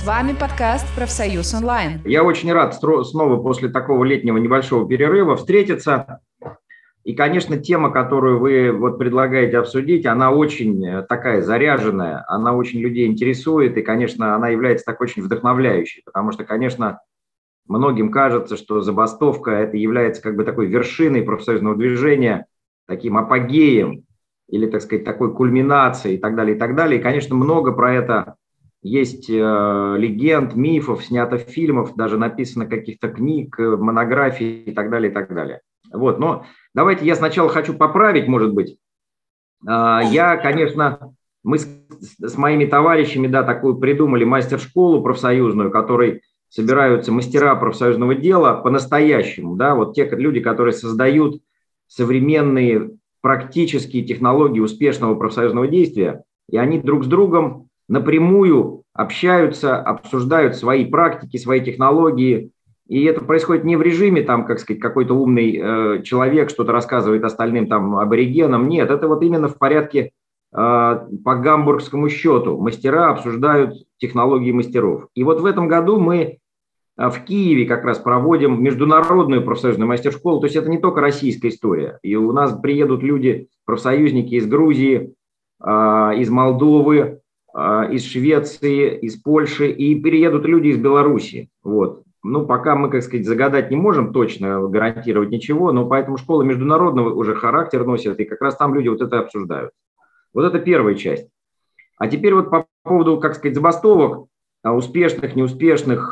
С вами подкаст «Профсоюз онлайн». Я очень рад снова после такого летнего небольшого перерыва встретиться. И, конечно, тема, которую вы предлагаете обсудить, она очень такая заряженная, она очень людей интересует, и, конечно, она является так очень вдохновляющей, потому что, конечно, многим кажется, что забастовка это является как бы такой вершиной профсоюзного движения, таким апогеем или, так сказать, такой кульминацией и так далее, и так далее. И, конечно, много про это есть легенд, мифов, снято фильмов, даже написано каких-то книг, монографий и так далее, и так далее. Но давайте я сначала хочу поправить, может быть. Я, конечно, мы с моими товарищами, такую придумали мастер-школу профсоюзную, в которой собираются мастера профсоюзного дела по-настоящему, те люди, которые создают современные практические технологии успешного профсоюзного действия, и они друг с другом напрямую общаются, обсуждают свои практики, свои технологии. И это происходит не в режиме, какой-то умный человек что-то рассказывает остальным аборигенам. Нет, это именно в порядке по гамбургскому счету. Мастера обсуждают технологии мастеров. И в этом году мы в Киеве как раз проводим международную профсоюзную мастер-школу. То есть это не только российская история. И у нас приедут люди, профсоюзники из Грузии, из Молдовы, из Швеции, из Польши, и переедут люди из Беларуси. Пока мы, загадать не можем точно, гарантировать ничего, но поэтому школа международного уже характер носит, и как раз там люди это обсуждают. Это первая часть. А теперь по поводу, забастовок, успешных, неуспешных,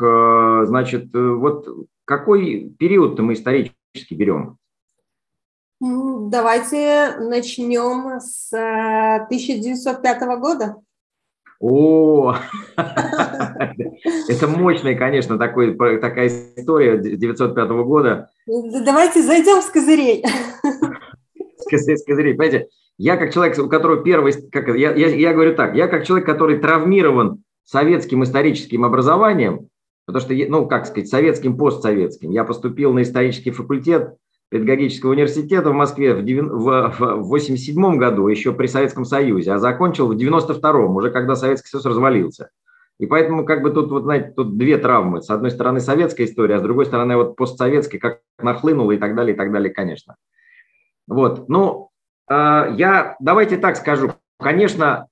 какой период-то мы исторически берем? Давайте начнем с 1905 года. О, это мощная, конечно, такая история 1905 года. Давайте зайдем с козырей. С козырей, понимаете, я как человек, у которого я говорю так, я как человек, который травмирован советским историческим образованием, потому что, советским, постсоветским. Я поступил на исторический факультет педагогического университета в Москве в 1987 году, еще при Советском Союзе, а закончил в 1992, уже когда Советский Союз развалился. И поэтому тут две травмы. С одной стороны советская история, а с другой стороны постсоветская, как нахлынула и так далее, конечно. Давайте так скажу. Конечно,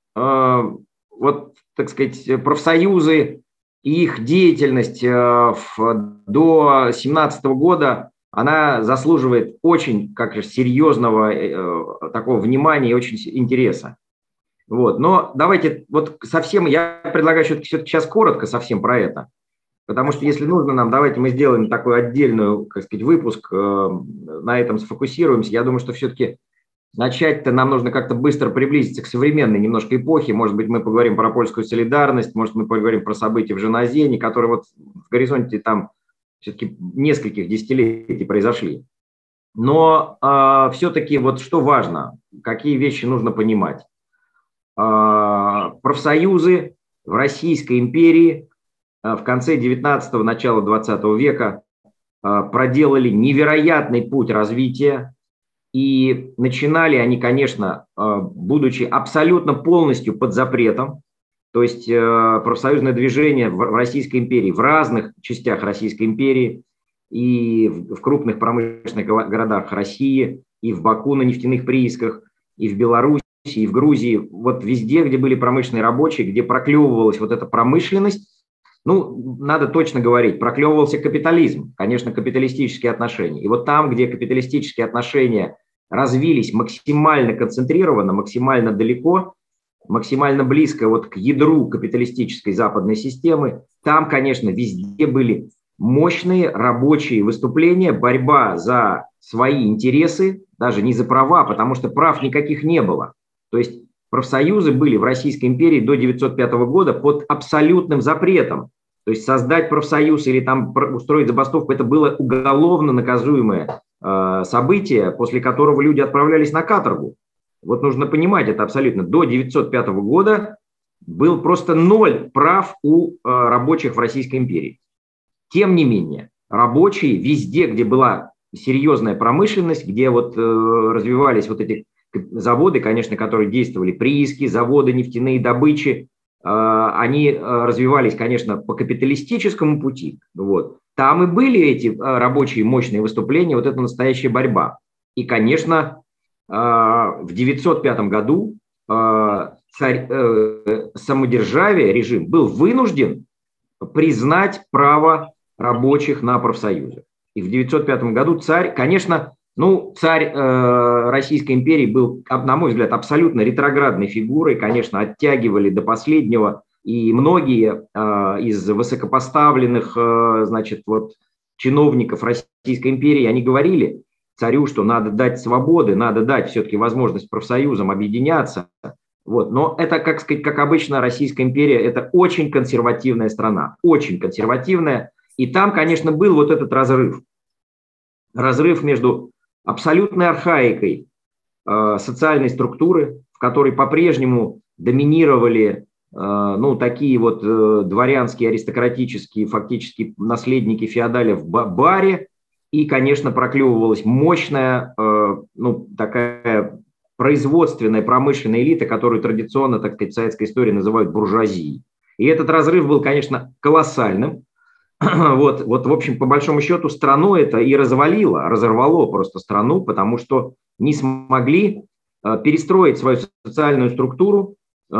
профсоюзы и их деятельность до 2017 года она заслуживает очень серьезного такого внимания и очень интереса. Но давайте совсем, я предлагаю все-таки сейчас коротко совсем про это, потому что если нужно нам, давайте мы сделаем такой отдельный, выпуск, на этом сфокусируемся. Я думаю, что все-таки начать-то нам нужно как-то быстро приблизиться к современной немножко эпохе. Может быть, мы поговорим про польскую солидарность, может, мы поговорим про события в Женазене, которые в горизонте все-таки нескольких десятилетий произошли. Но все-таки что важно, какие вещи нужно понимать. Профсоюзы в Российской империи в конце 19-го, начала 20 века проделали невероятный путь развития. И начинали они, конечно, будучи абсолютно полностью под запретом. То есть профсоюзное движение в Российской империи, в разных частях Российской империи, и в крупных промышленных городах России, и в Баку на нефтяных приисках, и в Беларуси, и в Грузии, везде, где были промышленные рабочие, где проклевывалась эта промышленность, надо точно говорить, проклевывался капитализм, конечно, капиталистические отношения. И там, где капиталистические отношения развились максимально концентрированно, максимально далеко, максимально близко к ядру капиталистической западной системы, там, конечно, везде были мощные рабочие выступления, борьба за свои интересы, даже не за права, потому что прав никаких не было. То есть профсоюзы были в Российской империи до 1905 года под абсолютным запретом. То есть создать профсоюз или устроить забастовку – это было уголовно наказуемое событие, после которого люди отправлялись на каторгу. Нужно понимать это абсолютно. До 1905 года был просто ноль прав у рабочих в Российской империи. Тем не менее, рабочие везде, где была серьезная промышленность, где развивались эти заводы, конечно, которые действовали, прииски, заводы, нефтяные добычи, они развивались, конечно, по капиталистическому пути. Вот. Там и были эти рабочие мощные выступления, вот это настоящая борьба. И, конечно, в 905 году самодержавие, режим, был вынужден признать право рабочих на профсоюзы. И в 905 году царь, конечно, царь Российской империи был, на мой взгляд, абсолютно ретроградной фигурой, конечно, оттягивали до последнего, и многие из высокопоставленных, значит, вот, чиновников Российской империи, они говорили царю, что надо дать свободы, надо дать все-таки возможность профсоюзам объединяться. Вот. Но это, как сказать, как обычно, Российская империя – это очень консервативная страна, очень консервативная. И там, конечно, был вот этот разрыв. Разрыв между абсолютной архаикой социальной структуры, в которой по-прежнему доминировали такие вот дворянские, аристократические, фактически наследники феодалов в баре, и, конечно, проклевывалась мощная, такая производственная, промышленная элита, которую традиционно, так сказать, в советской истории называют буржуазией. И этот разрыв был, конечно, колоссальным. Вот, в общем, по большому счету, страну это и разорвало просто страну, потому что не смогли перестроить свою социальную структуру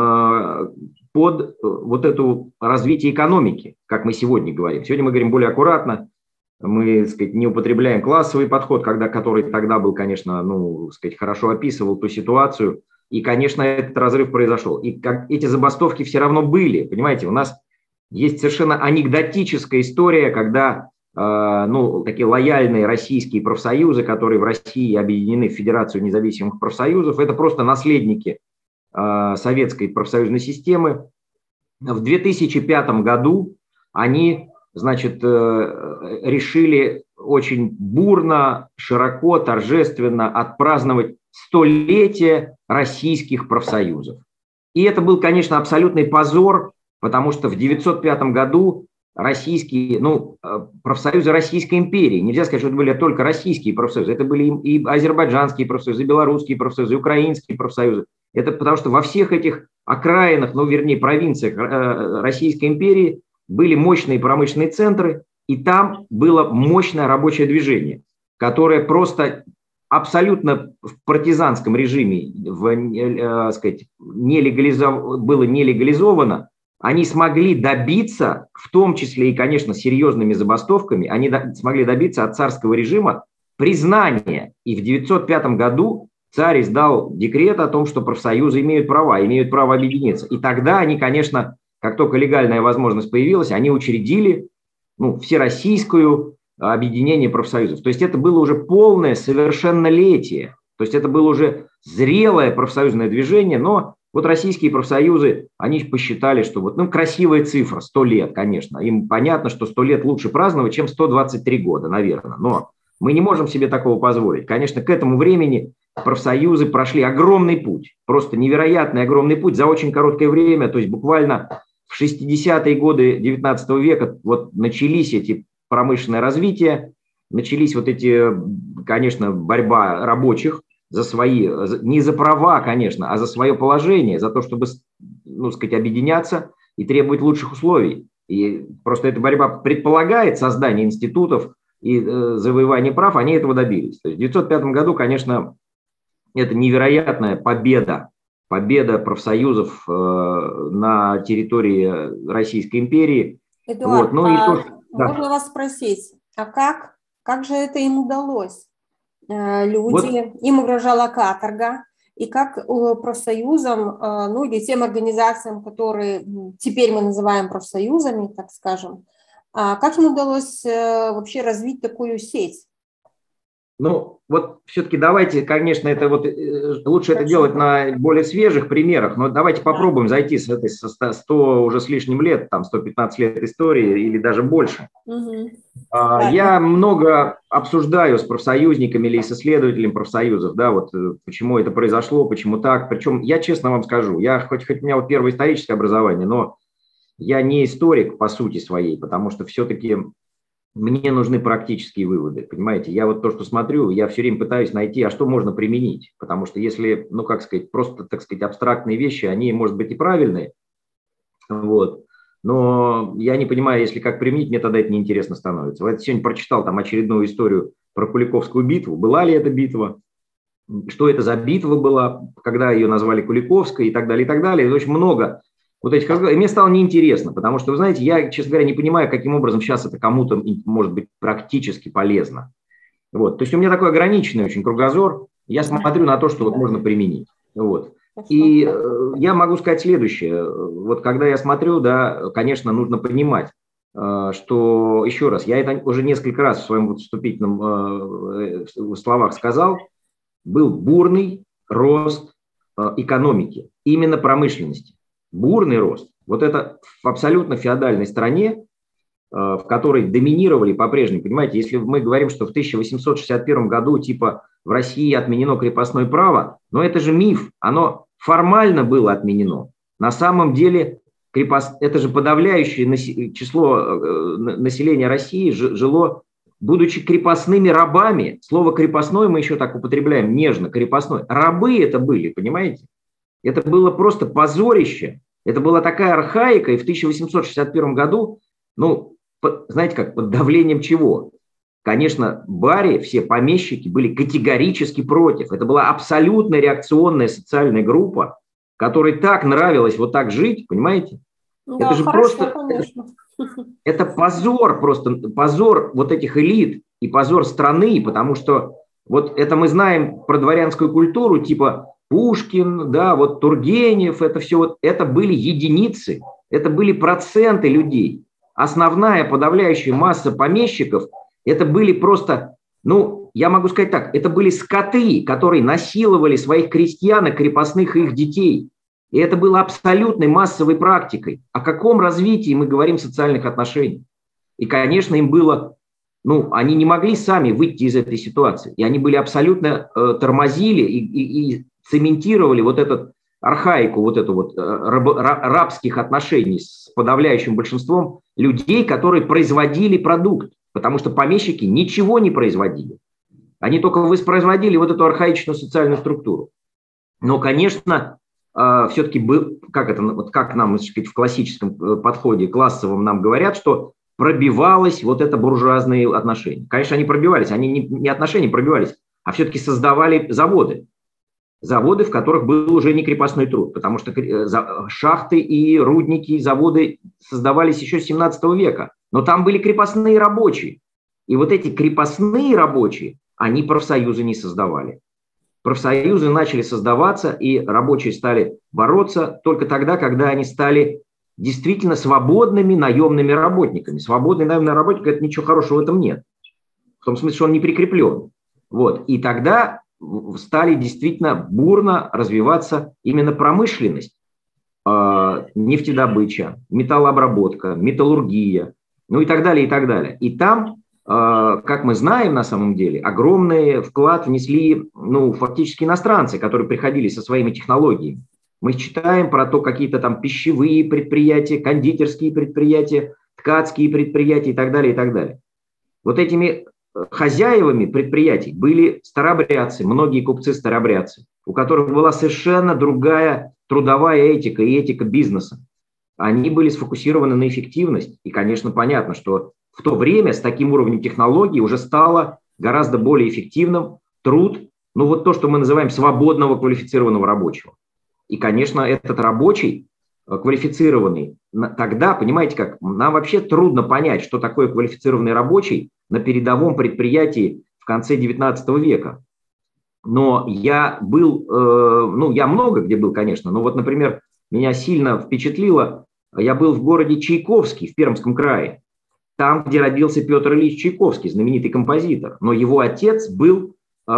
под вот это развитие экономики, как мы сегодня говорим. Сегодня мы говорим более аккуратно, мы, так сказать, не употребляем классовый подход, который тогда был, конечно, так сказать, хорошо описывал ту ситуацию, и, конечно, этот разрыв произошел. И эти забастовки все равно были, понимаете, у нас есть совершенно анекдотическая история, когда такие лояльные российские профсоюзы, которые в России объединены в Федерацию независимых профсоюзов, это просто наследники советской профсоюзной системы. В 2005 году они, значит, решили очень бурно, широко, торжественно отпраздновать 100-летие российских профсоюзов. И это был, конечно, абсолютный позор, потому что в 905 году российские, профсоюзы Российской империи, нельзя сказать, что это были только российские профсоюзы, это были и азербайджанские профсоюзы, и белорусские профсоюзы, и украинские профсоюзы. Это потому что во всех этих окраинах, провинциях Российской империи были мощные промышленные центры, и там было мощное рабочее движение, которое просто абсолютно в партизанском режиме было не легализовано. Они смогли добиться, в том числе и, конечно, серьезными забастовками, они смогли добиться от царского режима признания. И в 905 году царь издал декрет о том, что профсоюзы имеют право объединиться. И тогда они, конечно, как только легальная возможность появилась, они учредили всероссийское объединение профсоюзов. То есть это было уже полное совершеннолетие. То есть это было уже зрелое профсоюзное движение, но вот российские профсоюзы, они посчитали, что красивая цифра, 100 лет, конечно. Им понятно, что 100 лет лучше праздновать, чем 123 года, наверное. Но мы не можем себе такого позволить. Конечно, к этому времени профсоюзы прошли огромный путь, просто невероятный огромный путь за очень короткое время. То есть буквально в 60-е годы 19 века начались эти промышленное развитие, начались конечно, борьба рабочих за свои, не за права, конечно, а за свое положение, за то, чтобы, объединяться и требовать лучших условий. И просто эта борьба предполагает создание институтов и завоевание прав, они этого добились. То есть в 1905 году, конечно, это невероятная победа профсоюзов на территории Российской империи. Эдуард, можно вас спросить, а как же это им удалось? Им угрожала каторга, и как профсоюзам, или тем организациям, которые теперь мы называем профсоюзами, так скажем, как им удалось вообще развить такую сеть? Все-таки давайте, конечно, лучше это делать на более свежих примерах, но давайте попробуем зайти с этой 100 уже с лишним лет, 115 лет истории или даже больше. Угу. Я много обсуждаю с профсоюзниками или с исследователями профсоюзов, почему это произошло, почему так. Причем я честно вам скажу, хоть у меня первое историческое образование, но я не историк по сути своей, потому что все-таки мне нужны практические выводы, понимаете? Я то, что смотрю, я все время пытаюсь найти, а что можно применить, потому что если, просто, абстрактные вещи, они, может быть, и правильные, Вот. Но я не понимаю, если как применить, мне тогда это неинтересно становится. Вот сегодня прочитал там очередную историю про Куликовскую битву. Была ли эта битва? Что это за битва была? Когда ее назвали Куликовской и так далее, и так далее. Это очень много вот этих разговоров. И мне стало неинтересно, потому что, вы знаете, я, честно говоря, не понимаю, каким образом сейчас это кому-то может быть практически полезно. Вот. То есть у меня такой ограниченный очень кругозор. Я смотрю на то, что вот можно применить. Вот. И я могу сказать следующее. Вот когда я смотрю, да, конечно, нужно понимать, что, еще раз, я это уже несколько раз в своем вступительном словах сказал, был бурный рост экономики, именно промышленности. Бурный рост. Вот это в абсолютно феодальной стране, в которой доминировали по-прежнему, понимаете, если мы говорим, что в 1861 году типа в России отменено крепостное право, но это же миф, оно формально было отменено. На самом деле это же подавляющее число населения России жило, будучи крепостными рабами. Слово «крепостной» мы еще так употребляем нежно, крепостной. Рабы это были, понимаете? Это было просто позорище. Это была такая архаика, и в 1861 году, ну, знаете как, под давлением чего? Конечно, бари, все помещики были категорически против. Это была абсолютно реакционная социальная группа, которой так нравилось вот так жить, понимаете? Да, это же хорошо, просто, конечно. Это позор, просто позор вот этих элит и позор страны, потому что вот это мы знаем про дворянскую культуру, типа Пушкин, да, вот Тургенев, это все, вот, это были единицы, это были проценты людей. Основная подавляющая масса помещиков, это были просто, ну, я могу сказать так, это были скоты, которые насиловали своих крестьян, крепостных и их детей. И это было абсолютной массовой практикой. О каком развитии мы говорим социальных отношений? И, конечно, им было, ну, они не могли сами выйти из этой ситуации. И они были абсолютно тормозили и цементировали вот эту архаику, вот эту вот рабских отношений с подавляющим большинством людей, которые производили продукт. Потому что помещики ничего не производили. Они только воспроизводили вот эту архаичную социальную структуру. Но, конечно, все-таки, как нам, так сказать, в классическом подходе классовом нам говорят, что пробивалось вот это буржуазные отношения. Конечно, они пробивались, они не отношения пробивались, а все-таки создавали заводы. Заводы, в которых был уже не крепостной труд, потому что шахты и рудники, заводы создавались еще с 17 века. Но там были крепостные рабочие. И вот эти крепостные рабочие, они профсоюзы не создавали. Профсоюзы начали создаваться, и рабочие стали бороться только тогда, когда они стали действительно свободными наемными работниками. Свободный наемный работник – это ничего хорошего в этом нет. В том смысле, что он не прикреплен. Вот. И тогда стали действительно бурно развиваться именно промышленность, нефтедобыча, металлообработка, металлургия, ну и так далее, и так далее. И там, как мы знаем на самом деле, огромный вклад внесли, ну, фактически иностранцы, которые приходили со своими технологиями. Мы читаем про то, какие-то там пищевые предприятия, кондитерские предприятия, ткацкие предприятия и так далее, и так далее. Вот этими хозяевами предприятий были старообрядцы, многие купцы-старообрядцы, у которых была совершенно другая трудовая этика и этика бизнеса. Они были сфокусированы на эффективность. И, конечно, понятно, что в то время с таким уровнем технологий уже стало гораздо более эффективным труд, ну вот то, что мы называем свободного квалифицированного рабочего. И, конечно, этот рабочий квалифицированный, тогда, понимаете как, нам вообще трудно понять, что такое квалифицированный рабочий на передовом предприятии в конце 19 века. Но я был, ну, я много где был, конечно, но вот, например, меня сильно впечатлило, я был в городе Чайковский в Пермском крае, там, где родился Петр Ильич Чайковский, знаменитый композитор, но его отец был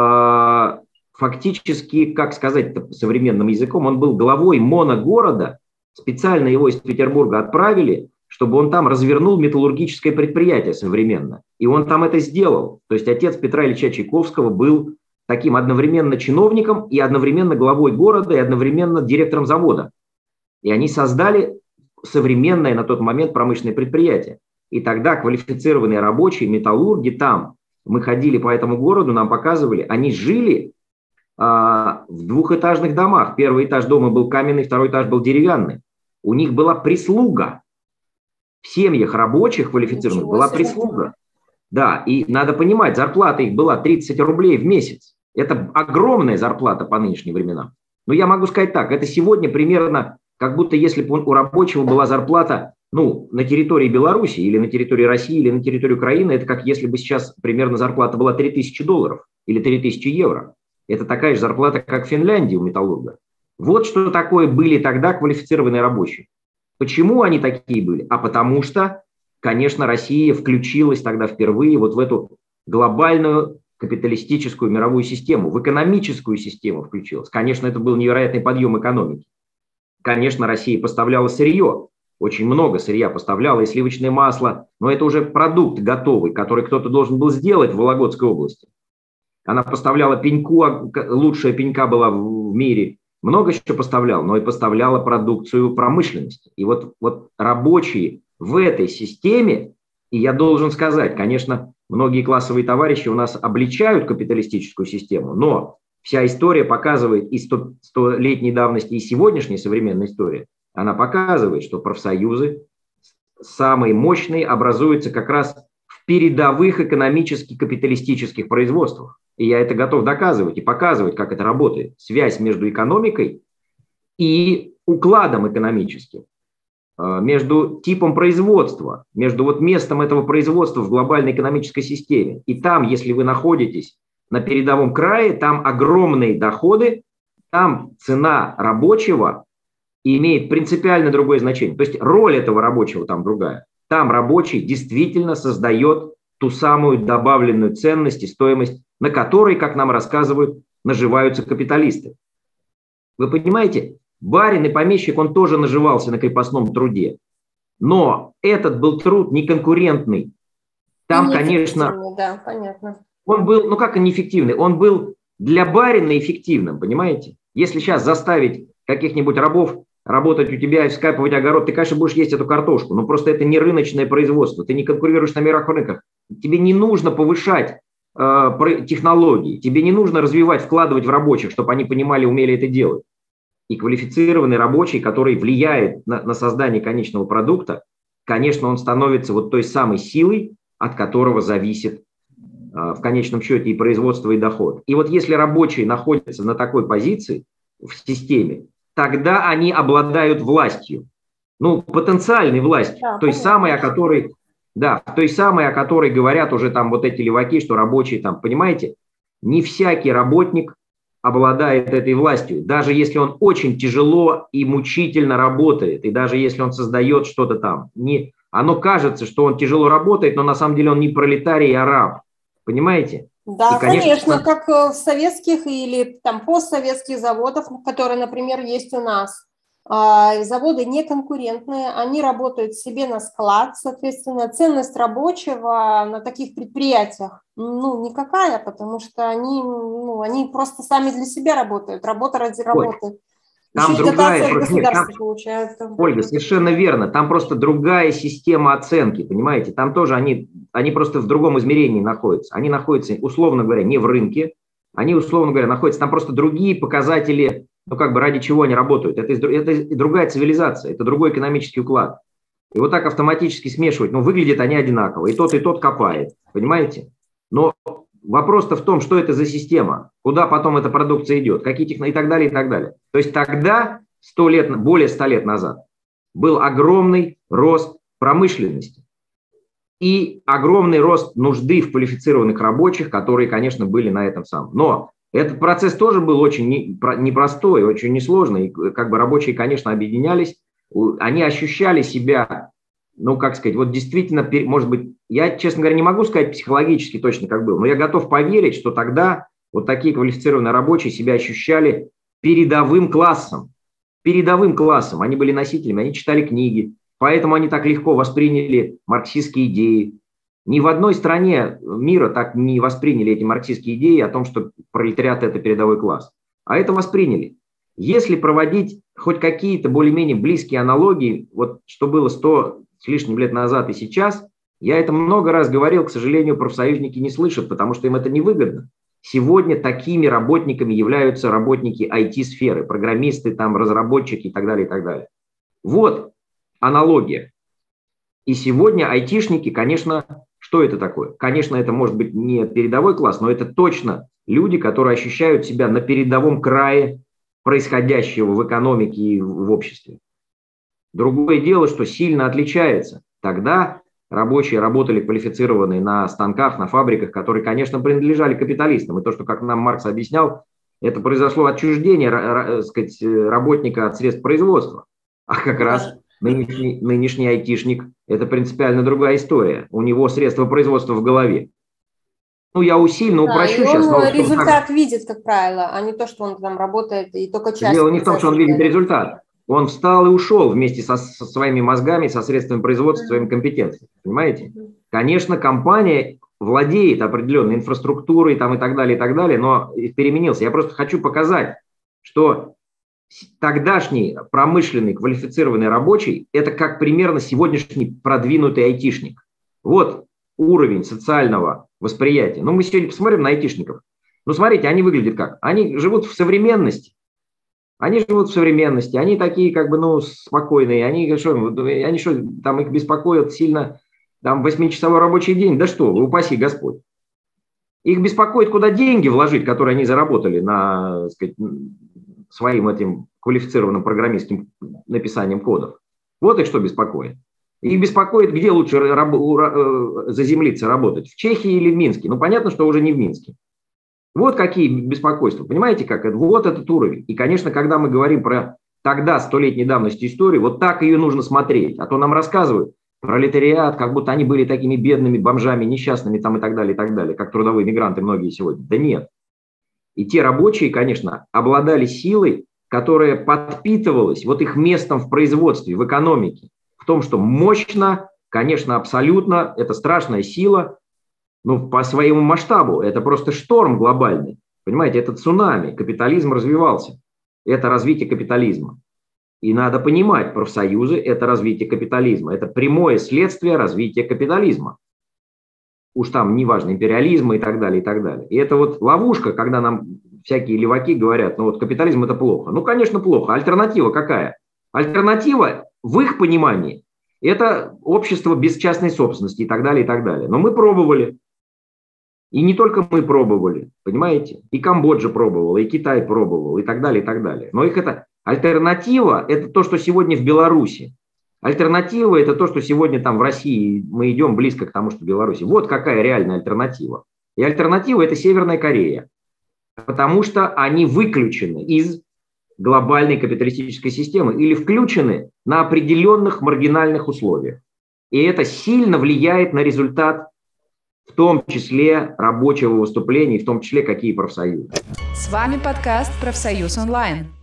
фактически, как сказать современным языком, он был главой моногорода, специально его из Петербурга отправили, чтобы он там развернул металлургическое предприятие современно. И он там это сделал. То есть отец Петра Ильича Чайковского был таким одновременно чиновником и одновременно главой города и одновременно директором завода. И они создали современное на тот момент промышленное предприятие. И тогда квалифицированные рабочие, металлурги там, мы ходили по этому городу, нам показывали, они жили в двухэтажных домах. Первый этаж дома был каменный, второй этаж был деревянный. У них была прислуга. В семьях рабочих квалифицированных была прислуга. Да, и надо понимать, зарплата их была 30 рублей в месяц. Это огромная зарплата по нынешним временам. Но я могу сказать так, это сегодня примерно как будто если бы у рабочего была зарплата, ну, на территории Беларуси или на территории России или на территории Украины, это как если бы сейчас примерно зарплата была $3000 или 3000 евро. Это такая же зарплата, как в Финляндии у металлурга. Вот что такое были тогда квалифицированные рабочие. Почему они такие были? А потому что, конечно, Россия включилась тогда впервые вот в эту глобальную капиталистическую мировую систему, в экономическую систему включилась. Конечно, это был невероятный подъем экономики. Конечно, Россия поставляла сырье, очень много сырья поставляла, и сливочное масло, но это уже продукт готовый, который кто-то должен был сделать в Вологодской области. Она поставляла пеньку, лучшая пенька была в мире, много еще поставляла, но и поставляла продукцию промышленности. И вот рабочие в этой системе, и я должен сказать, конечно, многие классовые товарищи у нас обличают капиталистическую систему, но вся история показывает и 100-летней давности, и сегодняшняя современная история, она показывает, что профсоюзы самые мощные образуются как раз в передовых экономически-капиталистических производствах. И я это готов доказывать и показывать, как это работает. Связь между экономикой и укладом экономическим, между типом производства, между вот местом этого производства в глобальной экономической системе. И там, если вы находитесь на передовом крае, там огромные доходы, там цена рабочего имеет принципиально другое значение. То есть роль этого рабочего там другая. Там рабочий действительно создает ту самую добавленную ценность и стоимость, на которой, как нам рассказывают, наживаются капиталисты. Вы понимаете, барин и помещик, он тоже наживался на крепостном труде. Но этот был труд неконкурентный. Там, конечно, да, понятно. Он был, ну как неэффективный, он был для барина эффективным, понимаете? Если сейчас заставить каких-нибудь рабов работать у тебя и вскапывать огород, ты, конечно, будешь есть эту картошку, но просто это не рыночное производство, ты не конкурируешь на мировых рынках. Тебе не нужно повышать технологии, тебе не нужно развивать, вкладывать в рабочих, чтобы они понимали, умели это делать. И квалифицированный рабочий, который влияет на создание конечного продукта, конечно, он становится вот той самой силой, от которого зависит в конечном счете и производство, и доход. И вот если рабочие находятся на такой позиции в системе, тогда они обладают властью, ну, потенциальной властью, да, той самой, о которой, да, той самой, о которой говорят уже там вот эти леваки, что рабочие там, понимаете, не всякий работник обладает этой властью, даже если он очень тяжело и мучительно работает, и даже если он создает что-то там. Оно кажется, что он тяжело работает, но на самом деле он не пролетарий, а раб. Понимаете? Да, и, конечно, как в советских или там постсоветских заводах, которые, например, есть у нас. Заводы неконкурентные, они работают себе на склад, соответственно, ценность рабочего на таких предприятиях, ну, никакая, потому что они просто сами для себя работают, работа ради работы. Там другая, Ольга, совершенно верно, там просто другая система оценки, понимаете, там тоже они просто в другом измерении находятся, они находятся, условно говоря, не в рынке, они, условно говоря, находятся, там просто другие показатели, ну, как бы ради чего они работают, это другая цивилизация, это другой экономический уклад, и вот так автоматически смешивать, ну, выглядят они одинаково, и тот копает, понимаете, но вопрос-то в том, что это за система, куда потом эта продукция идет, какие технологии и так далее, и так далее. То есть тогда, более 100 лет назад, был огромный рост промышленности и огромный рост нужды в квалифицированных рабочих, которые, конечно, были на этом самом. Но этот процесс тоже был очень непростой, очень несложный. И как бы рабочие, конечно, объединялись, они ощущали себя, ну, как сказать, вот действительно, может быть, я, честно говоря, не могу сказать психологически точно, как было, но я готов поверить, что тогда вот такие квалифицированные рабочие себя ощущали передовым классом. Передовым классом. Они были носителями, они читали книги, поэтому они так легко восприняли марксистские идеи. Ни в одной стране мира так не восприняли эти марксистские идеи о том, что пролетариат – это передовой класс. А это восприняли. Если проводить хоть какие-то более-менее близкие аналогии, вот что было 100 с лишним лет назад и сейчас, я это много раз говорил, к сожалению, профсоюзники не слышат, потому что им это невыгодно. Сегодня такими работниками являются работники IT-сферы, программисты, там, разработчики и так далее, и так далее. Вот аналогия. И сегодня айтишники, конечно, что это такое? Конечно, это может быть не передовой класс, но это точно люди, которые ощущают себя на передовом крае происходящего в экономике и в обществе. Другое дело, что сильно отличается. Тогда рабочие работали квалифицированные на станках, на фабриках, которые, конечно, принадлежали капиталистам. И то, что, как нам Маркс объяснял, это произошло отчуждение работника от средств производства. А как раз нынешний айтишник – это принципиально другая история. У него средства производства в голове. Ну, я усиленно упрощу сейчас. Но результат видит, как правило, а не то, что он там работает и только часть. Дело не в том, что он видит результат. Он встал и ушел вместе со своими мозгами, со средствами производства, своими компетенциями. Понимаете? Конечно, компания владеет определенной инфраструктурой там, и так далее, но переменился. Я просто хочу показать, что тогдашний промышленный квалифицированный рабочий – это как примерно сегодняшний продвинутый айтишник. Вот уровень социального восприятия. Ну, мы сегодня посмотрим на айтишников. Ну, смотрите, они выглядят как? Они живут в современности. Они такие, как бы, ну, спокойные. Они что, там их беспокоят сильно, там, 8-часовой рабочий день? Да что, упаси Господь. Их беспокоит, куда деньги вложить, которые они заработали на, так сказать, своим этим квалифицированным программистским написанием кодов. Вот их что беспокоит. Их беспокоит, где лучше заземлиться работать, в Чехии или в Минске. Ну, понятно, что уже не в Минске. Вот какие беспокойства. Понимаете, как это? Вот этот уровень. И, конечно, когда мы говорим про тогда 100-летней давности историю, вот так ее нужно смотреть. А то нам рассказывают пролетариат, как будто они были такими бедными бомжами, несчастными там и так далее, как трудовые мигранты многие сегодня. Да нет. И те рабочие, конечно, обладали силой, которая подпитывалась вот их местом в производстве, в экономике. В том, что мощно, конечно, абсолютно, это страшная сила, но по своему масштабу это просто шторм глобальный. Понимаете, это цунами, капитализм развивался. Это развитие капитализма. И надо понимать, профсоюзы – это развитие капитализма. Это прямое следствие развития капитализма. Уж там, неважно, империализма и так далее, и так далее. И это вот ловушка, когда нам всякие леваки говорят, ну вот капитализм – это плохо. Ну, конечно, плохо. Альтернатива какая? Альтернатива в их понимании – это общество без частной собственности и так далее, и так далее. Но мы пробовали. И не только мы пробовали, понимаете? И Камбоджа пробовала, и Китай пробовал, и так далее, и так далее. Но их это альтернатива – это то, что сегодня в Беларуси. Альтернатива – это то, что сегодня там в России мы идем близко к тому, что в Беларуси. Вот какая реальная альтернатива. И альтернатива – это Северная Корея. Потому что они выключены из глобальной капиталистической системы или включены на определенных маргинальных условиях. И это сильно влияет на результат, в том числе рабочего выступления, в том числе какие профсоюзы. С вами подкаст «Профсоюз онлайн».